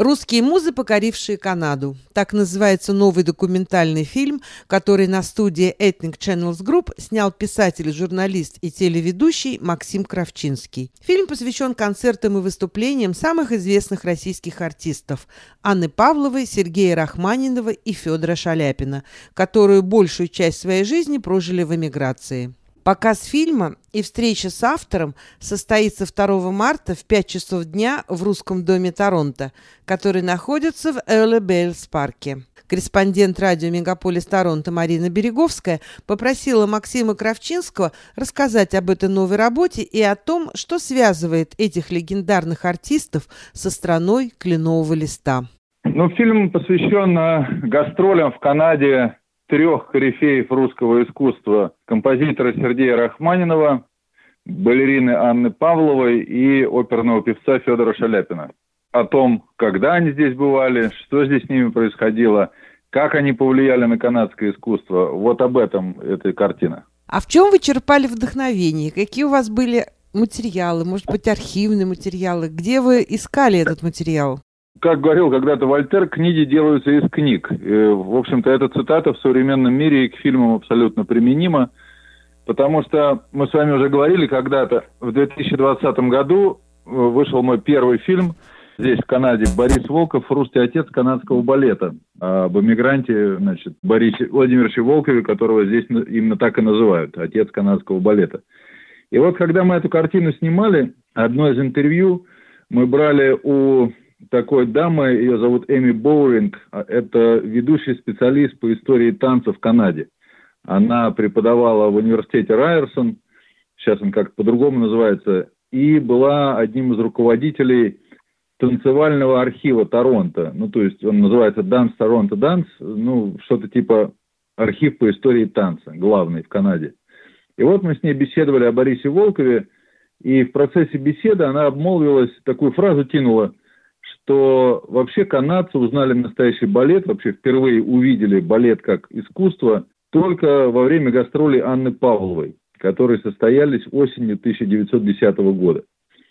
«Русские музы, покорившие Канаду». Так называется новый документальный фильм, который на студии Ethnic Channels Group снял писатель, журналист и телеведущий Максим Кравчинский. Фильм посвящен концертам и выступлениям самых известных российских артистов Анны Павловой, Сергея Рахманинова и Федора Шаляпина, которые большую часть своей жизни прожили в эмиграции. Показ фильма и встреча с автором состоится 2 марта в 5 часов дня в Русском доме Торонто, который находится в Early Bells парке. Корреспондент радио «Мегаполис Торонто» Марина Береговская попросила Максима Кравчинского рассказать об этой новой работе и о том, что связывает этих легендарных артистов со страной кленового листа. Фильм посвящен гастролям в Канаде 3 корифеев русского искусства: композитора Сергея Рахманинова, балерины Анны Павловой и оперного певца Федора Шаляпина. О том, когда они здесь бывали, что здесь с ними происходило, как они повлияли на канадское искусство. Вот об этом эта картина. А в чем вы черпали вдохновение? Какие у вас были материалы, может быть, архивные материалы? Где вы искали этот материал? Как говорил когда-то Вольтер, книги делаются из книг. В общем-то, эта цитата в современном мире и к фильмам абсолютно применима, потому что мы с вами уже говорили когда-то, в 2020 году вышел мой первый фильм здесь, в Канаде, Борис Волков, «Русский отец канадского балета», об эмигранте, Борисе Владимировиче Волкове, которого здесь именно так и называют, отец канадского балета. И вот, когда мы эту картину снимали, одно из интервью мы брали у такой дамы, ее зовут Эми Боуринг, это ведущий специалист по истории танца в Канаде. Она преподавала в университете Райерсон, сейчас он как-то по-другому называется, и была одним из руководителей танцевального архива Торонто. То есть он называется Dance Toronto Dance, что-то типа архив по истории танца, главный в Канаде. И вот мы с ней беседовали о Борисе Волкове, и в процессе беседы она обмолвилась, такую фразу кинула, что вообще канадцы узнали настоящий балет, вообще впервые увидели балет как искусство только во время гастролей Анны Павловой, которые состоялись осенью 1910 года.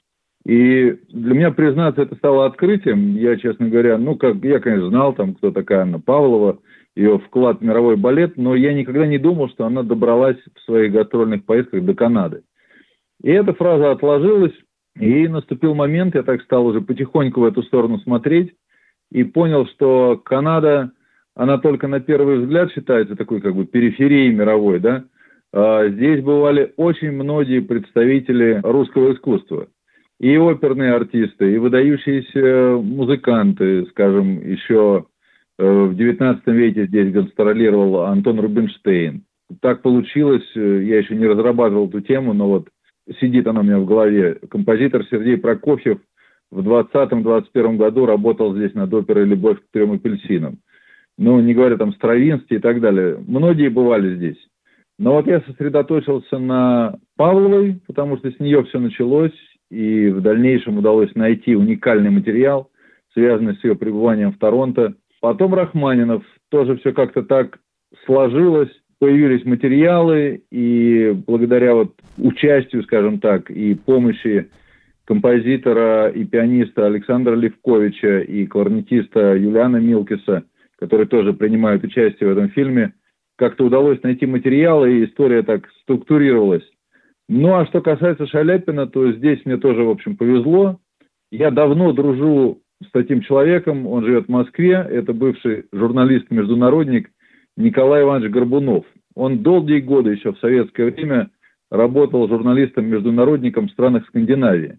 И для меня, признаться, это стало открытием. Я, честно говоря, я, конечно, знал, кто такая Анна Павлова, ее вклад в мировой балет, но я никогда не думал, что она добралась в своих гастрольных поездках до Канады. И эта фраза отложилась, и наступил момент, я так стал уже потихоньку в эту сторону смотреть, и понял, что Канада, она только на первый взгляд считается такой периферией мировой, да? Здесь бывали очень многие представители русского искусства. И оперные артисты, и выдающиеся музыканты, скажем, еще в XIX веке здесь гастролировал Антон Рубинштейн. Так получилось, я еще не разрабатывал эту тему, но сидит она у меня в голове. Композитор Сергей Прокофьев в 2020-2021 году работал здесь над оперой «Любовь к 3 апельсинам». Не говоря Стравинский и так далее. Многие бывали здесь. Но я сосредоточился на Павловой, потому что с нее все началось, и в дальнейшем удалось найти уникальный материал, связанный с ее пребыванием в Торонто. Потом Рахманинов, тоже все как-то так сложилось, появились материалы, и благодаря участию, скажем так, и помощи композитора и пианиста Александра Левковича и кларнетиста Юлиана Милкиса, которые тоже принимают участие в этом фильме, как-то удалось найти материалы, и история так структурировалась. А что касается Шаляпина, то здесь мне тоже, в общем, повезло. Я давно дружу с таким человеком, он живет в Москве, это бывший журналист-международник Николай Иванович Горбунов. Он долгие годы еще в советское время работал журналистом-международником в странах Скандинавии.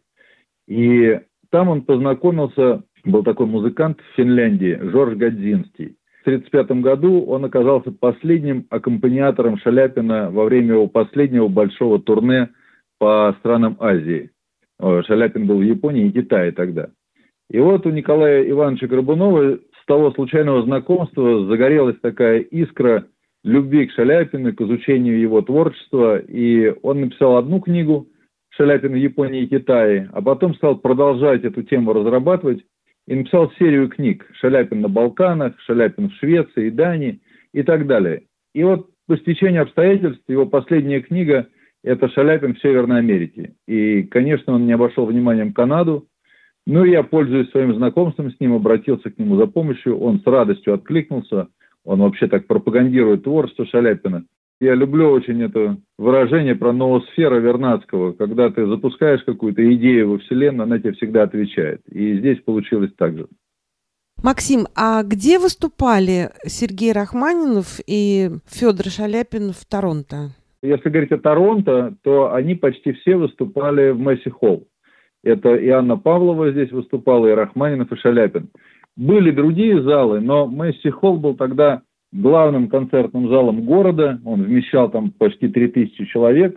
И там он познакомился, был такой музыкант в Финляндии, Жорж Гадзинский. В 1935 году он оказался последним аккомпаниатором Шаляпина во время его последнего большого турне по странам Азии. Шаляпин был в Японии и Китае тогда. И у Николая Ивановича Горбунова с того случайного знакомства загорелась такая искра любви к Шаляпину, к изучению его творчества. И он написал одну книгу «Шаляпин в Японии и Китае», а потом стал продолжать эту тему разрабатывать. И написал серию книг «Шаляпин на Балканах», «Шаляпин в Швеции и Дании» и так далее. И по стечению обстоятельств его последняя книга – это «Шаляпин в Северной Америке». И, конечно, он не обошел вниманием Канаду, Ну, я, пользуясь своим знакомством с ним, обратился к нему за помощью. Он с радостью откликнулся. Он вообще так пропагандирует творчество Шаляпина. Я люблю очень это выражение про ноосфера Вернадского. Когда ты запускаешь какую-то идею во Вселенную, она тебе всегда отвечает. И здесь получилось так же. Максим, а где выступали Сергей Рахманинов и Федор Шаляпин в Торонто? Если говорить о Торонто, то они почти все выступали в Месси Холл. Это и Анна Павлова здесь выступала, и Рахманинов, и Шаляпин. Были другие залы, но Месси Холл был тогда главным концертным залом города. Он вмещал там почти 3000 человек.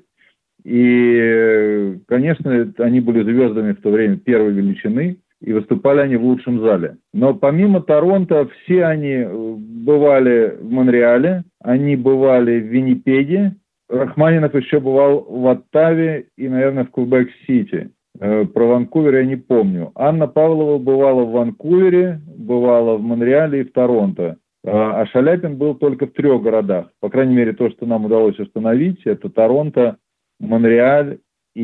И, конечно, они были звездами в то время первой величины. И выступали они в лучшем зале. Но помимо Торонто, все они бывали в Монреале, они бывали в Виннипеге. Рахманинов еще бывал в Оттаве и, наверное, в Квебек-Сити. Про Ванкувер я не помню. Анна Павлова бывала в Ванкувере, бывала в Монреале и в Торонто. А Шаляпин был только в 3 городах. По крайней мере, то, что нам удалось установить, это Торонто, Монреаль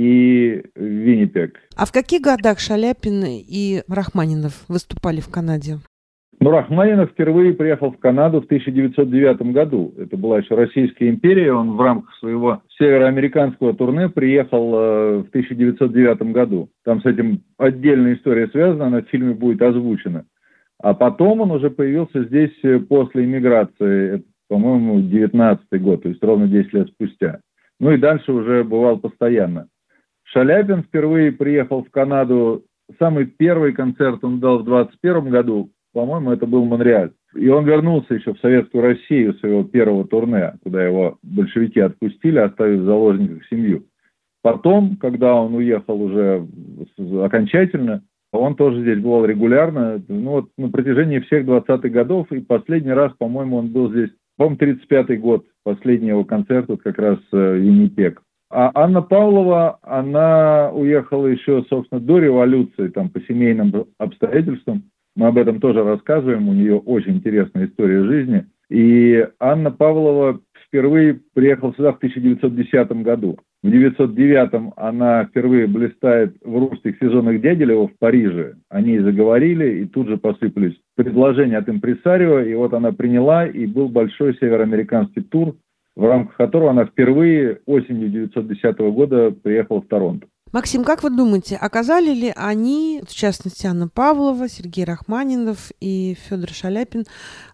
и Виннипег. А в каких годах Шаляпин и Рахманинов выступали в Канаде? Ну, Рахманинов впервые приехал в Канаду в 1909 году. Это была еще Российская империя. Он в рамках своего североамериканского турне приехал в 1909 году. Там с этим отдельная история связана, она в фильме будет озвучена. А потом он уже появился здесь после эмиграции, это, по-моему, 19-й год, то есть ровно 10 лет спустя. Ну и дальше уже бывал постоянно. Шаляпин впервые приехал в Канаду. Самый первый концерт он дал в 1921 году. По-моему, это был Монреаль. И он вернулся еще в Советскую Россию своего первого турне, куда его большевики отпустили, оставив в заложниках семью. Потом, когда он уехал уже окончательно, он тоже здесь бывал регулярно, ну, вот, на протяжении всех 20-х годов. И последний раз, по-моему, он был здесь, по-моему, 35-й год, последний его концерт, вот как раз Виннипег. А Анна Павлова, она уехала еще, собственно, до революции, там, по семейным обстоятельствам. Мы об этом тоже рассказываем, у нее очень интересная история жизни. И Анна Павлова впервые приехала сюда в 1910 году. В 1909 она впервые блистает в русских сезонах Дягилева в Париже. Они заговорили, и тут же посыпались предложения от импресарио. И вот она приняла, и был большой североамериканский тур, в рамках которого она впервые осенью 1910 года приехала в Торонто. Максим, как вы думаете, оказали ли они, в частности Анна Павлова, Сергей Рахманинов и Федор Шаляпин,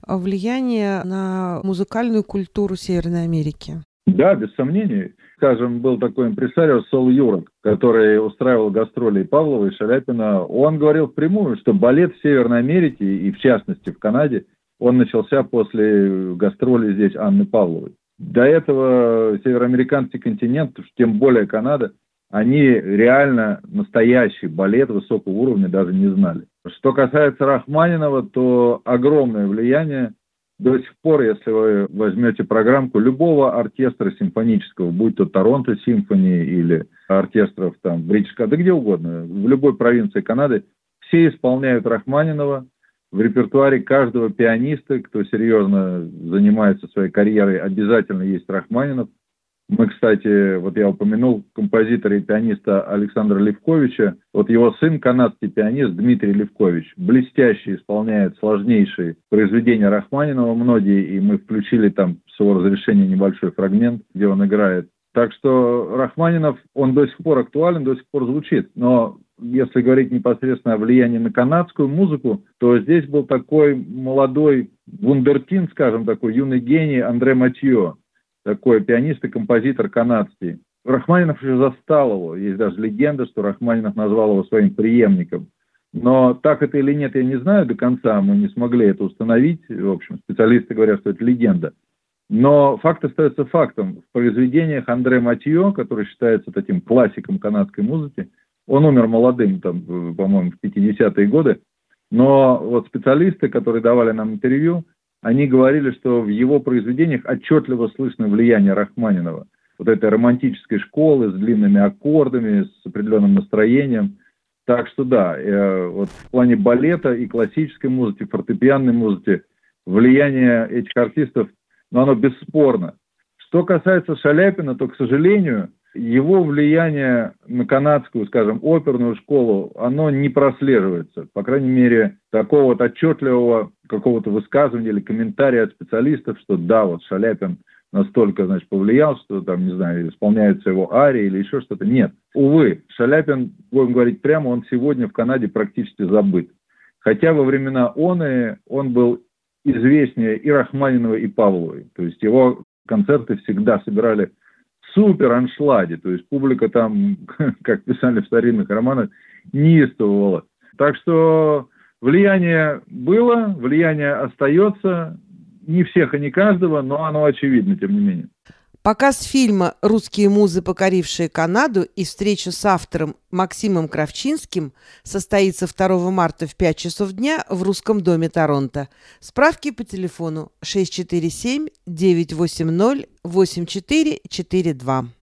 влияние на музыкальную культуру Северной Америки? Да, без сомнений. Скажем, был такой импресарио Сол Юрок, который устраивал гастроли и Павлова, и Шаляпина. Он говорил впрямую, что балет в Северной Америке, и в частности в Канаде, он начался после гастролей здесь Анны Павловой. До этого североамериканский континент, тем более Канада, они реально настоящий балет высокого уровня даже не знали. Что касается Рахманинова, то огромное влияние. До сих пор, если вы возьмете программку любого оркестра симфонического, будь то Торонто Симфони или оркестров там Бритиш, да где угодно, в любой провинции Канады, все исполняют Рахманинова. В репертуаре каждого пианиста, кто серьезно занимается своей карьерой, обязательно есть Рахманинов. Мы, кстати, вот я упомянул композитора и пианиста Александра Левковича. Вот его сын, канадский пианист Дмитрий Левкович, блестяще исполняет сложнейшие произведения Рахманинова, многие, и мы включили там с его разрешения небольшой фрагмент, где он играет. Так что Рахманинов, он до сих пор актуален, до сих пор звучит. Но если говорить непосредственно о влиянии на канадскую музыку, то здесь был такой молодой вундеркинд, скажем, такой юный гений Андре Матьё. Такой пианист и композитор канадский. Рахманинов еще застал его. Есть даже легенда, что Рахманинов назвал его своим преемником. Но так это или нет, я не знаю до конца. Мы не смогли это установить. В общем, специалисты говорят, что это легенда. Но факт остается фактом. В произведениях Андре Матьё, который считается таким классиком канадской музыки, он умер молодым, там, по-моему, в 50-е годы. Но вот специалисты, которые давали нам интервью, они говорили, что в его произведениях отчетливо слышно влияние Рахманинова. Вот этой романтической школы с длинными аккордами, с определенным настроением. Так что да, вот в плане балета и классической музыки, фортепианной музыки, влияние этих артистов, но оно бесспорно. Что касается Шаляпина, то, к сожалению, его влияние на канадскую, скажем, оперную школу, оно не прослеживается. По крайней мере, такого вот отчетливого какого-то высказывания или комментария от специалистов, что да, вот Шаляпин настолько, значит, повлиял, что там, не знаю, исполняются его арии или еще что-то. Нет. Увы, Шаляпин, будем говорить прямо, он сегодня в Канаде практически забыт. Хотя во времена он был известнее и Рахманинова, и Павловой. То есть его концерты всегда собирали в супер аншлаге. То есть публика там, как писали в старинных романах, неистовывала. Так что влияние было, влияние остается. Не всех и не каждого, но оно очевидно, тем не менее. Показ фильма «Русские музы, покорившие Канаду» и встреча с автором Максимом Кравчинским состоится 2 марта в 5 часов дня в Русском доме Торонто. Справки по телефону 647-980-8442.